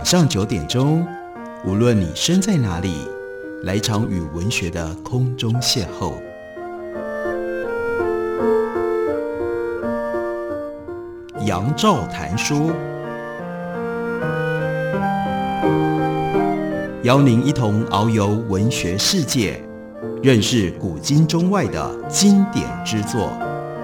晚上9点钟，无论你身在哪里，来一场与文学的空中邂逅。杨照谈书，邀您一同遨游文学世界，认识古今中外的经典之作。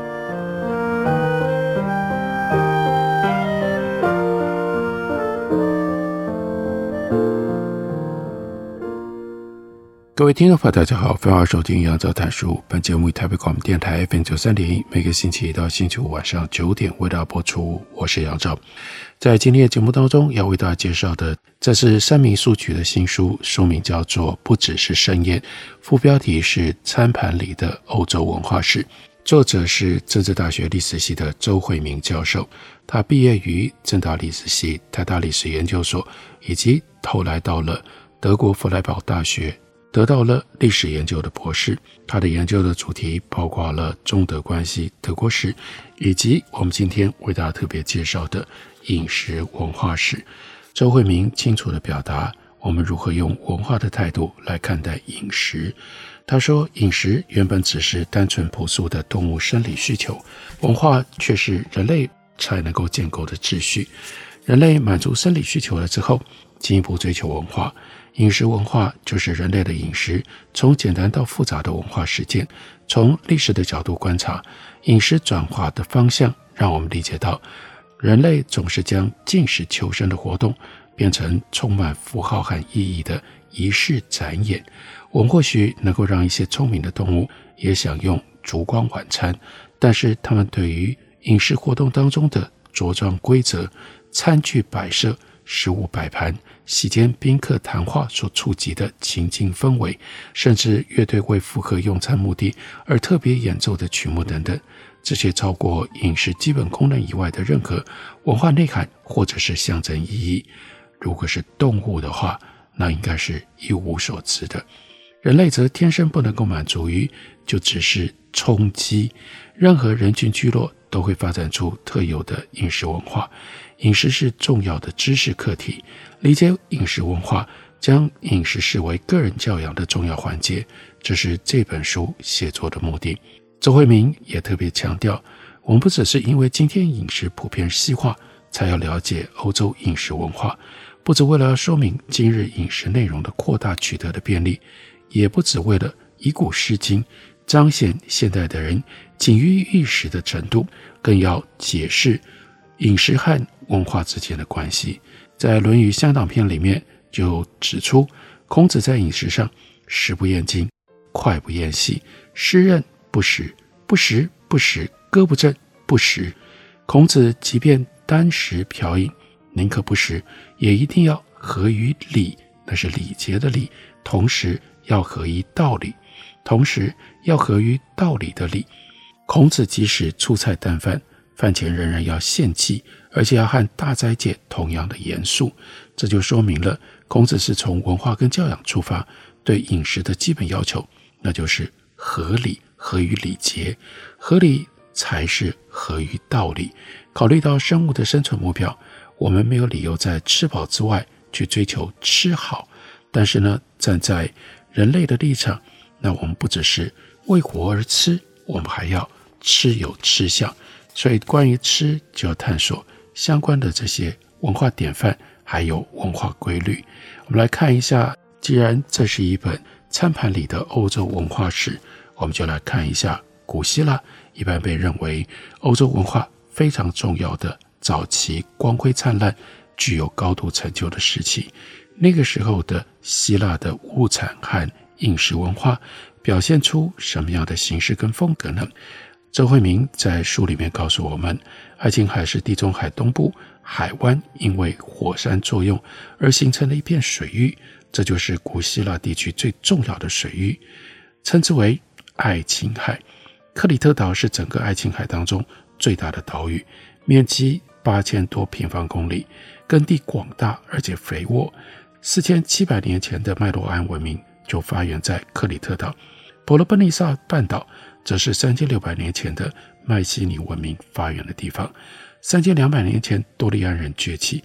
各位听众朋友大家好，欢迎收听杨照谈书。本节目以台北广播电台 FM93.1 每个星期一到星期五晚上9点为大家播出，我是杨照。在今天的节目当中要为大家介绍的，这是三民书局的新书，书名叫做不只是盛宴，副标题是餐盘里的欧洲文化史，作者是政治大学历史系的周慧明教授，他毕业于政大历史系、台大历史研究所，以及后来到了德国弗莱堡大学得到了历史研究的博士。他的研究的主题包括了中德关系、德国史，以及我们今天为大家特别介绍的饮食文化史。周慧明清楚地表达我们如何用文化的态度来看待饮食。他说，饮食原本只是单纯朴素的动物生理需求，文化却是人类才能够建构的秩序。人类满足生理需求了之后，进一步追求文化。饮食文化就是人类的饮食从简单到复杂的文化实践。从历史的角度观察，饮食转化的方向让我们理解到，人类总是将进食求生的活动变成充满符号和意义的仪式展演。我们或许能够让一些聪明的动物也享用烛光晚餐，但是他们对于饮食活动当中的着装规则、餐具摆设、食物摆盘、席间宾客谈话所触及的情境氛围，甚至乐队为符合用餐目的而特别演奏的曲目等等，这些超过饮食基本功能以外的任何文化内涵或者是象征意义，如果是动物的话，那应该是一无所知的。人类则天生不能够满足于就只是充饥，任何人群聚落都会发展出特有的饮食文化。饮食是重要的知识课题，理解饮食文化，将饮食视为个人教养的重要环节，这是这本书写作的目的。周慧明也特别强调，我们不只是因为今天饮食普遍西化才要了解欧洲饮食文化，不只为了要说明今日饮食内容的扩大取得的便利，也不只为了以古释今彰显现代的人仅于一时的程度，更要解释饮食和文化之间的关系。在《论语乡党篇》里面就指出，孔子在饮食上食不厌精，脍不厌细，湿润不食，不食不食，歌不正不食。孔子即便单食瓢饮，宁可不食，也一定要合于礼，那是礼节的礼，同时要合于道理，同时要合于道理的理。孔子即使粗菜淡饭，饭前仍然要献祭，而且要和大斋戒同样的严肃。这就说明了孔子是从文化跟教养出发，对饮食的基本要求，那就是合理，合于礼节，合理才是合于道理。考虑到生物的生存目标，我们没有理由在吃饱之外去追求吃好，但是呢，站在人类的立场，那我们不只是为活而吃，我们还要吃有吃相。所以关于吃就要探索相关的这些文化典范还有文化规律。我们来看一下，既然这是一本餐盘里的欧洲文化史，我们就来看一下古希腊，一般被认为欧洲文化非常重要的早期光辉灿烂具有高度成就的时期。那个时候的希腊的物产和饮食文化表现出什么样的形式跟风格呢？周慧明在书里面告诉我们，爱琴海是地中海东部海湾因为火山作用而形成的一片水域，这就是古希腊地区最重要的水域，称之为爱琴海。克里特岛是整个爱琴海当中最大的岛屿，面积8000多平方公里，耕地广大而且肥沃。4700年前的麦洛安文明就发源在克里特岛，伯罗奔尼撒半岛则是3600年前的麦西尼文明发源的地方。3200年前多利安人崛起，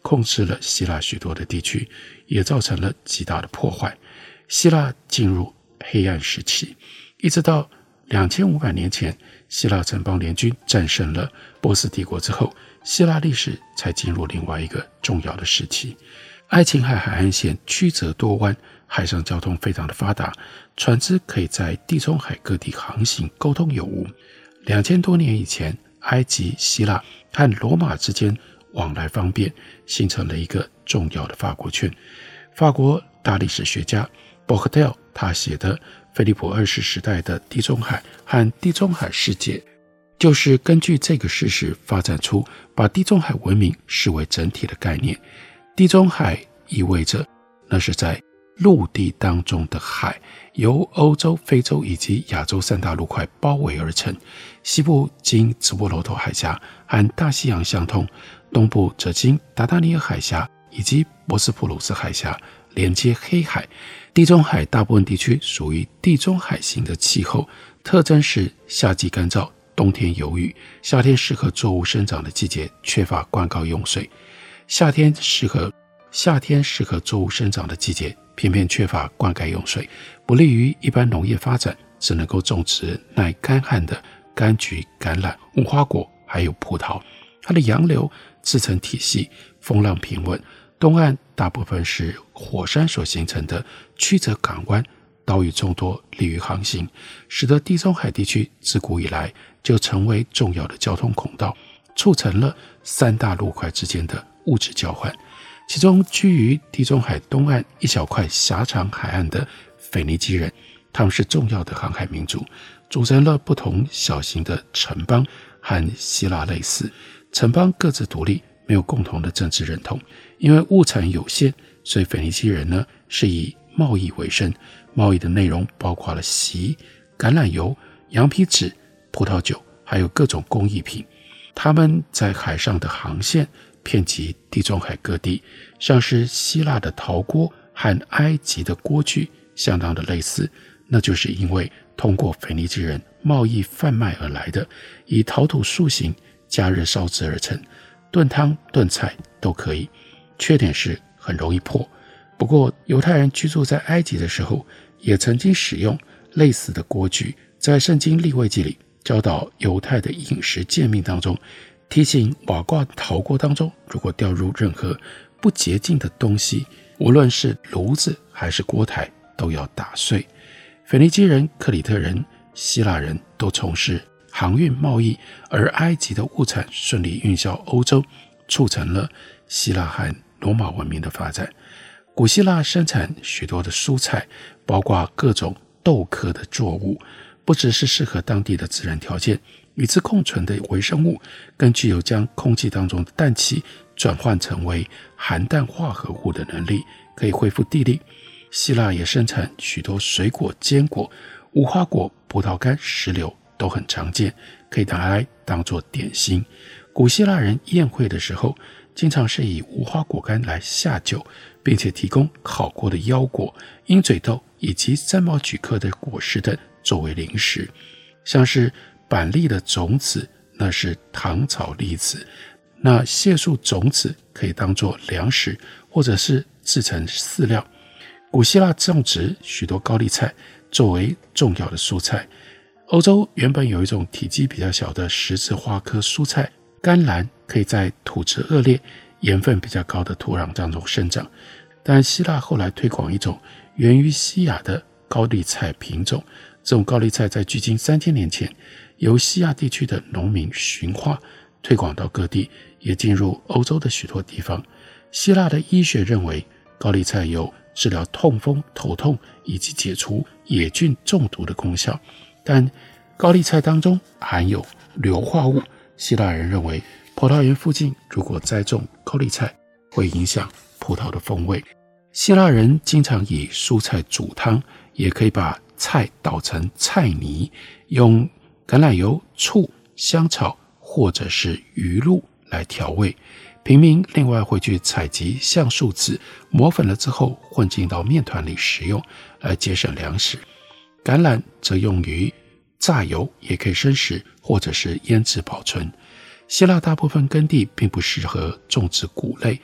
控制了希腊许多的地区，也造成了极大的破坏。希腊进入黑暗时期，一直到2500年前，希腊城邦联军战胜了波斯帝国之后，希腊历史才进入另外一个重要的时期。爱琴海海岸线曲折多弯，海上交通非常的发达，船只可以在地中海各地航行，沟通有无。2000多年以前，埃及、希腊和罗马之间往来方便，形成了一个重要的法国圈。法国大历史学家博克特他写的菲利普2世时代的地中海和地中海世界，就是根据这个事实发展出把地中海文明视为整体的概念。地中海意味着那是在陆地当中的海，由欧洲、非洲以及亚洲3大陆块包围而成。西部经直布罗陀海峡和大西洋相通，东部则经达达尼尔海峡以及博斯普鲁斯海峡连接黑海。地中海大部分地区属于地中海型的气候，特征是夏季干燥，冬天有雨，夏天适合作物生长的季节缺乏灌溉用水。夏天适合作物生长的季节偏偏缺乏灌溉用水，不利于一般农业发展，只能够种植耐干旱的柑橘、橄榄、无花果还有葡萄。它的洋流自成体系，风浪平稳。东岸大部分是火山所形成的曲折港湾，岛屿众多，利于航行，使得地中海地区自古以来就成为重要的交通孔道，促成了3大陆块之间的物质交换。其中居于地中海东岸一小块狭长海岸的腓尼基人，他们是重要的航海民族，组成了不同小型的城邦，和希腊类似。城邦各自独立，没有共同的政治认同。因为物产有限，所以腓尼基人呢是以贸易为生，贸易的内容包括了锡、橄榄油、羊皮纸、葡萄酒，还有各种工艺品。他们在海上的航线遍及地中海各地，像是希腊的陶锅和埃及的锅具相当的类似，那就是因为通过腓尼基人贸易贩卖而来的，以陶土塑形，加热烧制而成，炖汤炖菜都可以。缺点是很容易破。不过犹太人居住在埃及的时候，也曾经使用类似的锅具。在圣经利未记里教导犹太的饮食诫命当中，提醒瓦罐陶锅当中如果掉入任何不洁净的东西，无论是炉子还是锅台，都要打碎。腓尼基人、克里特人、希腊人都从事航运贸易，而埃及的物产顺利运销欧洲，促成了希腊和罗马文明的发展。古希腊生产许多的蔬菜，包括各种豆科的作物，不只是适合当地的自然条件，与之共存的微生物更具有将空气当中的氮气转换成为含氮化合物的能力，可以恢复地力。希腊也生产许多水果、坚果，无花果、葡萄干、石榴都很常见，可以拿来当作点心。古希腊人宴会的时候，经常是以无花果干来下酒，并且提供烤过的腰果、鹰嘴豆以及3毛榉科的果实等作为零食。像是板栗的种子，那是糖炒栗子。那蟹树种子可以当作粮食，或者是制成饲料。古希腊种植许多高丽菜作为重要的蔬菜。欧洲原本有一种体积比较小的十字花科蔬菜甘蓝，可以在土质恶劣、盐分比较高的土壤当中生长。但希腊后来推广一种源于西亚的高丽菜品种，这种高丽菜在距今3000年前由西亚地区的农民驯化，推广到各地，也进入欧洲的许多地方。希腊的医学认为高丽菜有治疗痛风、头痛以及解除野菌中毒的功效，但高丽菜当中含有硫化物。希腊人认为葡萄园附近如果栽种高丽菜，会影响葡萄的风味。希腊人经常以蔬菜煮汤，也可以把菜捣成菜泥，用橄榄油、醋、香草或者是鱼露来调味。平民另外会去采集橡树籽，磨粉了之后混进到面团里食用，来节省粮食。橄榄则用于榨油，也可以生食或者是腌制保存。希腊大部分耕地并不适合种植谷类，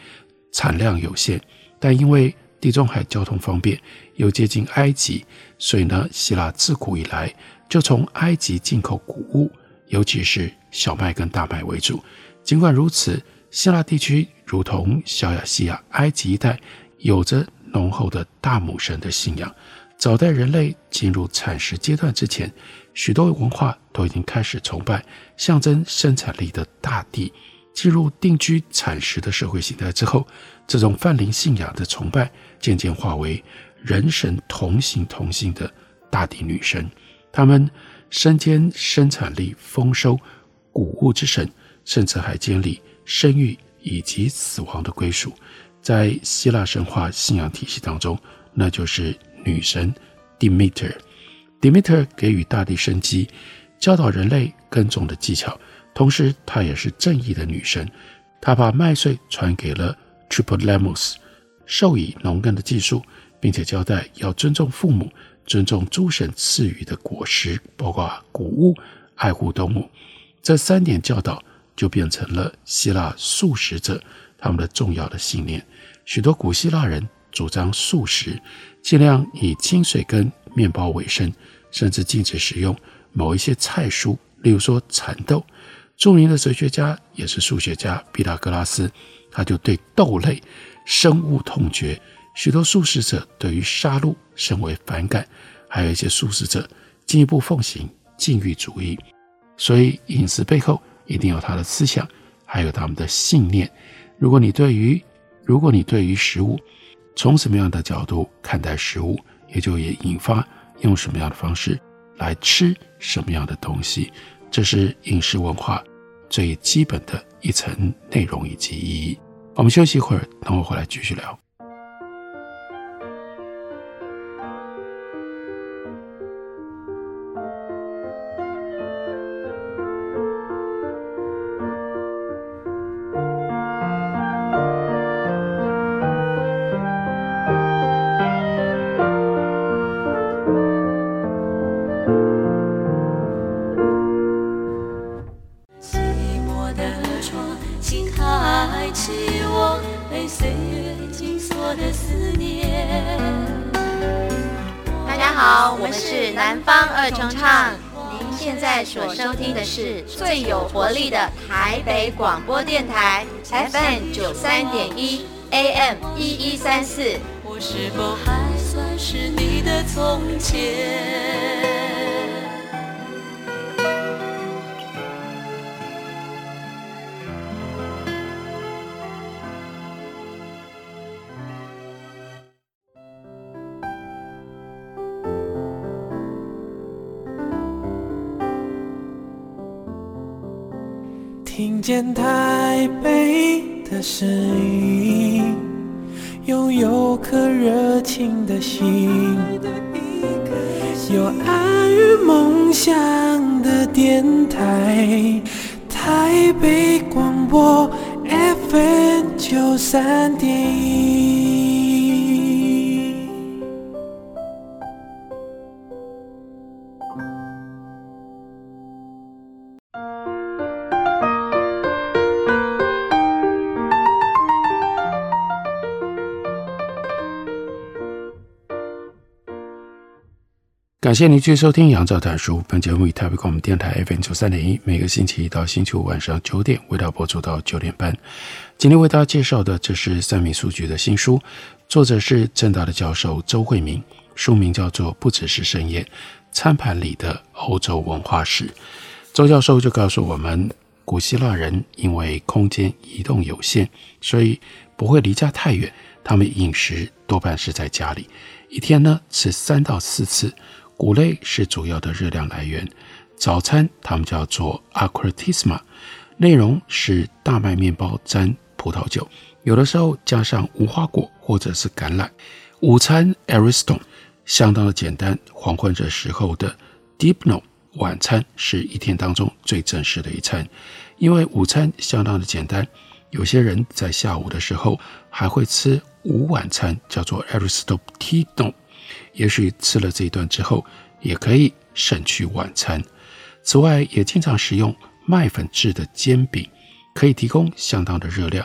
产量有限，但因为地中海交通方便，又接近埃及，所以呢，希腊自古以来就从埃及进口谷物，尤其是小麦跟大麦为主。尽管如此，希腊地区如同小亚细亚、埃及一带，有着浓厚的大母神的信仰。早在人类进入产食阶段之前，许多文化都已经开始崇拜象征生产力的大地。进入定居产食的社会形态之后，这种泛灵信仰的崇拜渐渐化为人神同性的大地女神。他们身兼生产力丰收、谷物之神，甚至还监理生育以及死亡的归属。在希腊神话信仰体系当中，那就是女神 Demeter。Demeter 给予大地生机，教导人类耕种的技巧，同时她也是正义的女神。她把麦穗传给了 Tripolemos， 授以农耕的技术，并且交代要尊重父母，尊重诸神赐予的果实，包括谷物，爱护动物。这3点教导就变成了希腊素食者他们的重要的信念。许多古希腊人主张素食，尽量以清水跟面包为生，甚至禁止食用某一些菜蔬，例如说蚕豆。著名的哲学家也是数学家毕达哥拉斯，他就对豆类生物痛绝。许多素食者对于杀戮甚为反感，还有一些素食者进一步奉行禁欲主义。所以饮食背后一定有他的思想，还有他们的信念。如果你对于食物从什么样的角度看待食物，也就也引发用什么样的方式来吃什么样的东西。这是饮食文化最基本的一层内容以及意义。我们休息一会儿，等我回来继续聊。 南方二重唱，您现在所收听的是最有活力的台北广播电台 FM 93.1 AM 1134。我是否还算是你的从前？ 听见台北的声音，拥有颗热情的心，有爱与梦想的电台，台北广播 FM 93.1。 感谢您继续收听杨照谈书，本节目以台北广播电台 FM 93.1，每个星期一到星期五晚上9点为大家播出到9点半。今天为大家介绍的这是三民书局的新书，作者是政大的教授周慧明，书名叫做《不只是盛宴：餐盘里的欧洲文化史》。周教授就告诉我们，古希腊人因为空间移动有限，所以不会离家太远，他们饮食多半是在家里，一天呢吃3到4次。谷类是主要的热量来源，早餐他们叫做 akritisma， 内容是大麦面包沾葡萄酒，有的时候加上无花果或者是橄榄。午餐 ariston 相当的简单，黄昏这时候的 dipno 晚餐是一天当中最正式的一餐。因为午餐相当的简单，有些人在下午的时候还会吃午晚餐，叫做 aristotino，也许吃了这一顿之后也可以省去晚餐。此外也经常食用麦粉制的煎饼，可以提供相当的热量。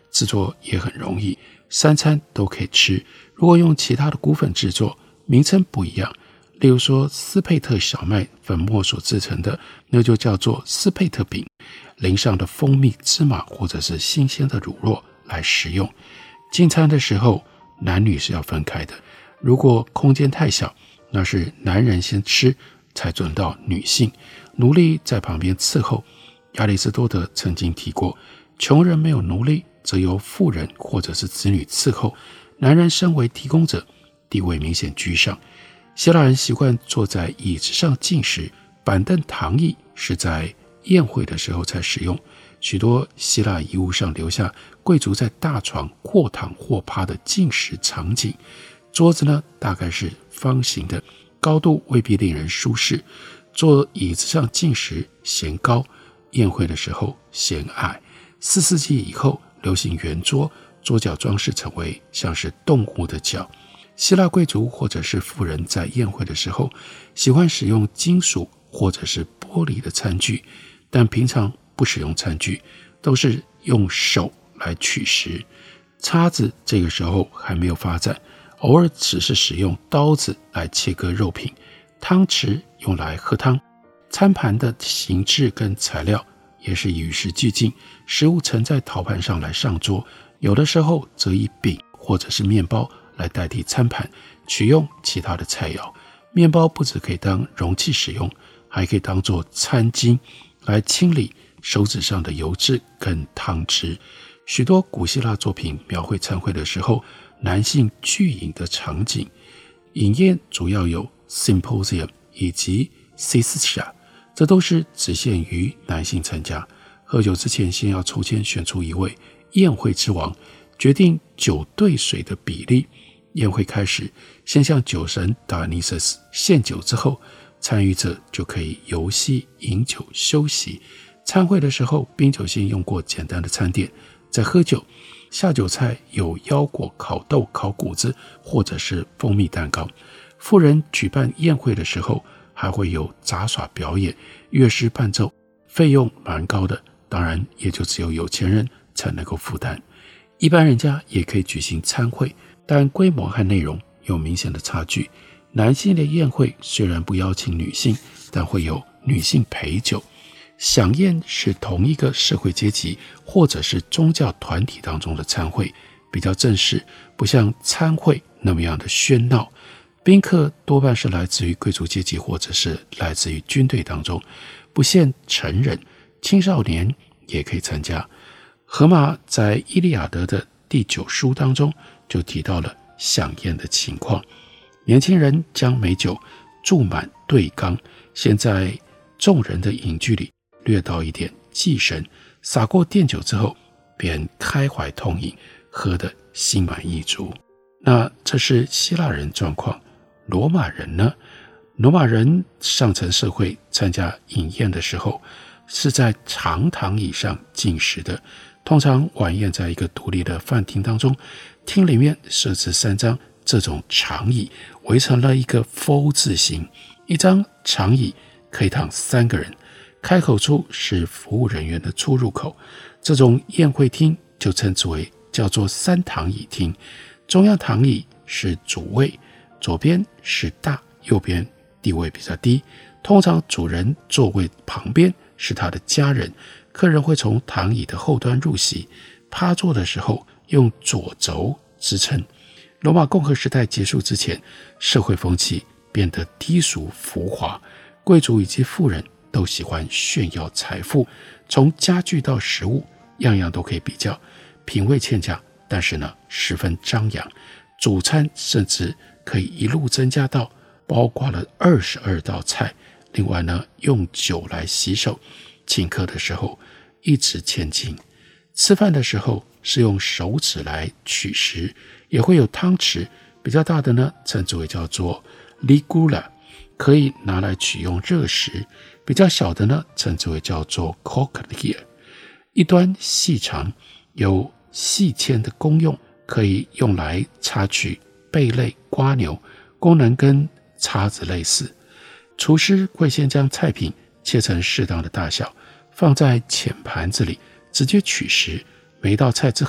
制作也很容易，3餐都可以吃。如果用其他的谷粉制作，名称不一样，例如说斯佩特小麦粉末所制成的，那就叫做斯佩特饼，淋上的蜂蜜、芝麻或者是新鲜的乳酪来食用。进餐的时候，男女是要分开的，如果空间太小，那是男人先吃，才轮到女性，奴隶在旁边伺候。亚里士多德曾经提过，穷人没有奴隶，则由妇人或者是子女伺候，男人身为提供者，地位明显居上。希腊人习惯坐在椅子上进食，板凳躺椅是在宴会的时候才使用。许多希腊遗物上留下贵族在大床或躺或趴的进食场景。桌子呢，大概是方形的，高度未必令人舒适。坐椅子上进食嫌高，宴会的时候嫌矮。4世纪以后流行圆桌，桌角装饰成为像是动物的角。希腊贵族或者是富人在宴会的时候喜欢使用金属或者是玻璃的餐具，但平常不使用餐具，都是用手来取食。叉子这个时候还没有发展，偶尔只是使用刀子来切割肉品，汤匙用来喝汤。餐盘的形制跟材料也是与时俱进，食物盛在陶盘上来上桌，有的时候则以饼或者是面包来代替餐盘，取用其他的菜肴。面包不只可以当容器使用，还可以当作餐巾来清理手指上的油脂跟汤汁。许多古希腊作品描绘餐会的时候男性聚饮的场景，饮宴主要有 symposium 以及 syestia， 这都是只限于男性参加。喝酒之前先要抽签选出一位宴会之王，决定酒兑水的比例。宴会开始，先向酒神 Dionysus 献酒之后，参与者就可以游戏、饮酒、休息。餐会的时候，冰酒先用过简单的餐点，再喝酒。下酒菜有腰果、烤豆、烤谷子或者是蜂蜜蛋糕。富人举办宴会的时候，还会有杂耍表演，乐师伴奏，费用蛮高的，当然也就只有有钱人才能够负担。一般人家也可以举行餐会，但规模和内容有明显的差距。男性的宴会虽然不邀请女性，但会有女性陪酒。飨宴是同一个社会阶级或者是宗教团体当中的餐会，比较正式，不像餐会那么样的喧闹。宾客多半是来自于贵族阶级或者是来自于军队当中，不限成人，青少年也可以参加。荷马在《伊利亚德》的第9书当中就提到了飨宴的情况。年轻人将美酒注满对缸，先在众人的饮具里略倒一点祭神，洒过奠酒之后，便开怀痛饮，喝得心满意足。那这是希腊人状况。罗马人呢？罗马人上层社会参加饮宴的时候，是在长躺椅上进食的。通常晚宴在一个独立的饭厅当中，厅里面设置3张这种长椅，围成了一个 V 字形。一张长椅可以躺3个人，开口处是服务人员的出入口。这种宴会厅就称之为叫做3躺椅厅。中央躺椅是主位，左边是大，右边地位比较低。通常主人座位旁边是他的家人，客人会从躺椅的后端入席，趴坐的时候用左肘支撑。罗马共和时代结束之前，社会风气变得低俗浮华，贵族以及富人都喜欢炫耀财富，从家具到食物，样样都可以比较，品味欠佳，但是呢，十分张扬。主餐甚至可以一路增加到包括了22道菜。另外呢，用酒来洗手，请客的时候一直前进。吃饭的时候是用手指来取食，也会有汤匙，比较大的呢称之为叫做 ligula， 可以拿来取用热食，比较小的呢称之为叫做 cochlear。 一端细长，有细铅的功用，可以用来插取贝类、瓜牛，功能跟叉子类似。厨师会先将菜品切成适当的大小，放在浅盘子里直接取食。每一道菜之后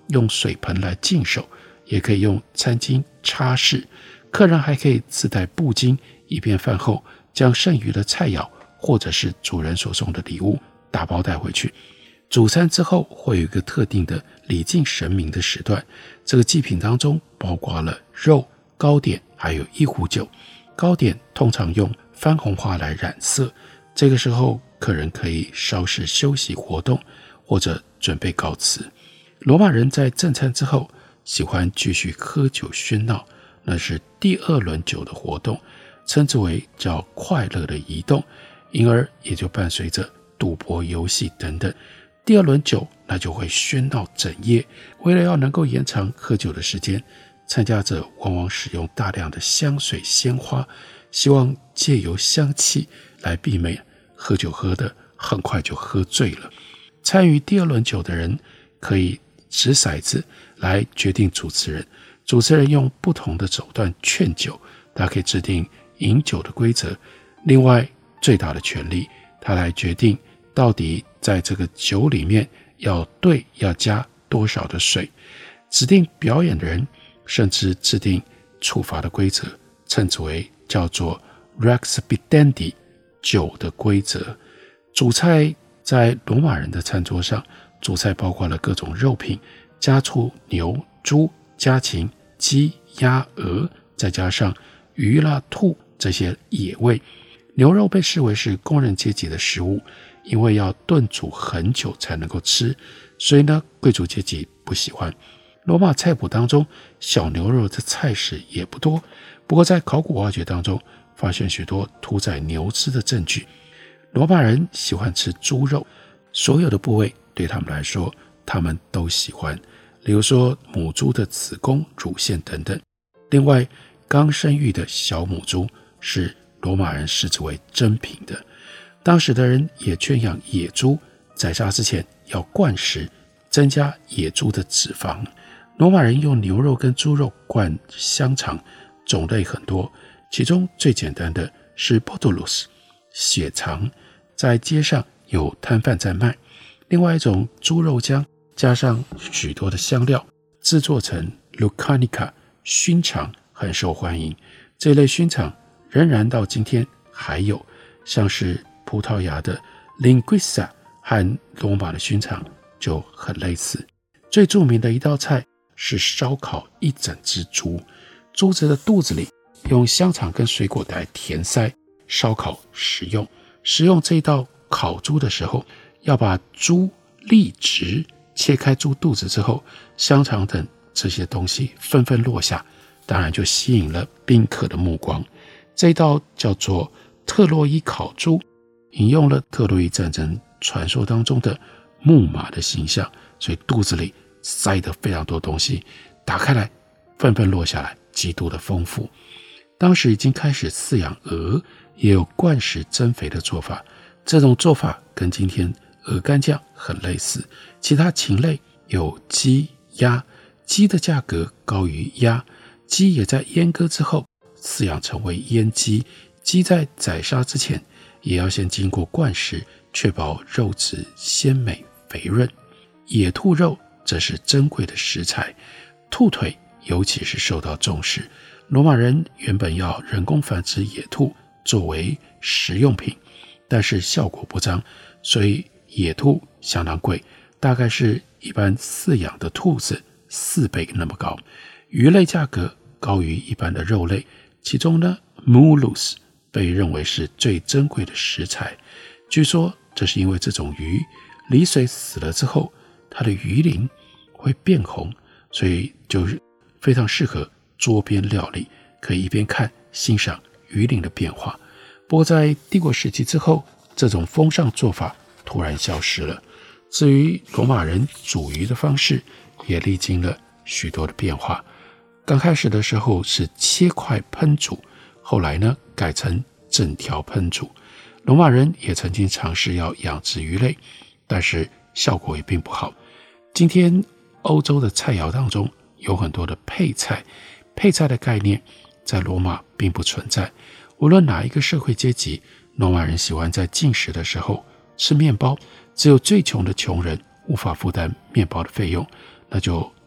用水盆来净手，也可以用餐巾擦拭。客人还可以自带布巾，以便饭后将剩余的菜肴或者是主人所送的礼物打包带回去。主餐之后会有一个特定的礼敬神明的时段，这个祭品当中包括了肉、糕点还有一壶酒。糕点通常用番红花来染色，这个时候客人可以稍事休息活动，或者准备告辞。罗马人在正餐之后喜欢继续喝酒喧闹，那是第二轮酒的活动，称之为叫快乐的移动，因而也就伴随着赌博游戏等等。第二轮酒那就会喧闹整夜，为了要能够延长喝酒的时间，参加者往往使用大量的香水鲜花，希望借由香气来避免喝酒喝得很快就喝醉了。参与第二轮酒的人可以掷骰子来决定主持人，主持人用不同的手段劝酒，他可以制定饮酒的规则。另外最大的权力，他来决定到底在这个酒里面要加多少的水。指定表演的人甚至制定处罚的规则，称之为叫做 Rex Bidendi 酒的规则。主菜在罗马人的餐桌上，主菜包括了各种肉品，家畜、牛、猪、家禽、鸡、鸭、鹅，再加上鱼啦、兔这些野味。牛肉被视为是工人阶级的食物，因为要炖煮很久才能够吃，所以呢，贵族阶级不喜欢。罗马菜谱当中，小牛肉的菜式也不多，不过在考古挖掘当中发现许多屠宰牛只的证据。罗马人喜欢吃猪肉，所有的部位对他们来说他们都喜欢，例如说母猪的子宫、乳腺等等。另外，刚生育的小母猪是罗马人视之为珍品的。当时的人也圈养野猪，宰杀之前要灌食，增加野猪的脂肪。罗马人用牛肉跟猪肉灌香肠，种类很多，其中最简单的是 Botulus 血肠，在街上有摊贩在卖。另外一种猪肉浆加上许多的香料，制作成 Lucanica 熏肠，很受欢迎。这类熏肠仍然到今天还有，像是葡萄牙的 Linguiça 和罗马的熏肠就很类似。最著名的一道菜是烧烤一整只猪，猪子的肚子里用香肠跟水果来填塞，烧烤食用。食用这一道烤猪的时候，要把猪立直，切开猪肚子之后，香肠等这些东西纷纷落下，当然就吸引了宾客的目光。这一道叫做特洛伊烤猪，引用了特洛伊战争传说当中的木马的形象，所以肚子里塞得非常多东西，打开来纷纷落下来，极度的丰富。当时已经开始饲养鹅，也有灌食增肥的做法，这种做法跟今天鹅肝酱很类似。其他禽类有鸡、鸭，鸡的价格高于鸭，鸡也在阉割之后饲养成为阉鸡，鸡在宰杀之前也要先经过灌食，确保肉质鲜美肥润。野兔肉这是珍贵的食材，兔腿尤其是受到重视。罗马人原本要人工繁殖野兔作为食用品，但是效果不彰，所以野兔相当贵，大概是一般饲养的兔子4倍那么高。鱼类价格高于一般的肉类，其中呢 Mulus 被认为是最珍贵的食材。据说这是因为这种鱼离水死了之后，它的鱼鳞会变红，所以就非常适合桌边料理，可以一边看欣赏鱼鳞的变化。不过在帝国时期之后，这种风尚做法突然消失了。至于罗马人煮鱼的方式也历经了许多的变化。刚开始的时候是切块烹煮，后来呢改成整条烹煮。罗马人也曾经尝试要养殖鱼类，但是效果也并不好。今天欧洲的菜肴当中有很多的配菜，配菜的概念在罗马并不存在。无论哪一个社会阶级，罗马人喜欢在进食的时候吃面包，只有最穷的穷人无法负担面包的费用，那就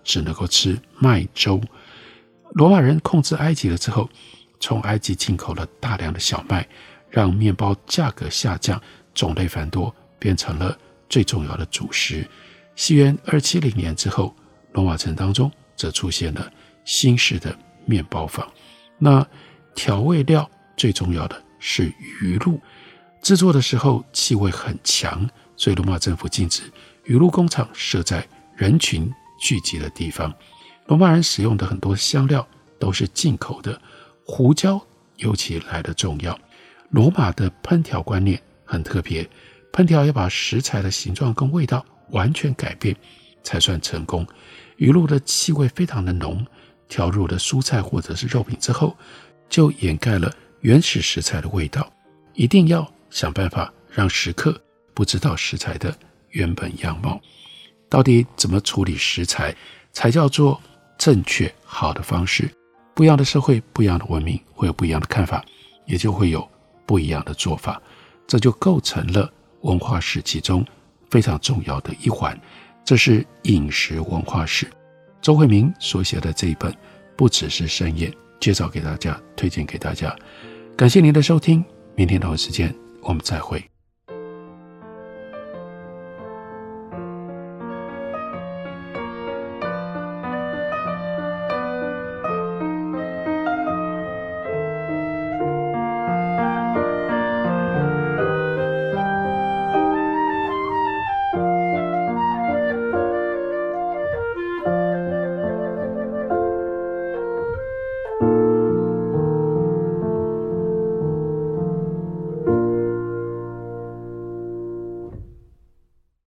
只能够吃麦粥。罗马人控制埃及了之后，从埃及进口了大量的小麦，让面包价格下降，种类繁多，变成了最重要的主食。西元270年之后，罗马城当中则出现了新式的面包坊。那调味料最重要的是鱼露，制作的时候气味很强，所以罗马政府禁止鱼露工厂设在人群聚集的地方。罗马人使用的很多香料都是进口的，胡椒尤其来得重要。罗马的烹调观念很特别，烹调要把食材的形状跟味道完全改变才算成功。鱼露的气味非常的浓，调入了蔬菜或者是肉品之后，就掩盖了原始食材的味道。一定要想办法让食客不知道食材的原本样貌。到底怎么处理食材才叫做正确好的方式？不一样的社会，不一样的文明，会有不一样的看法，也就会有不一样的做法。这就构成了文化史其中非常重要的一环，这是饮食文化史。周慧明所写的这一本不只是盛宴，介绍给大家，推荐给大家。感谢您的收听，明天同一时间我们再会。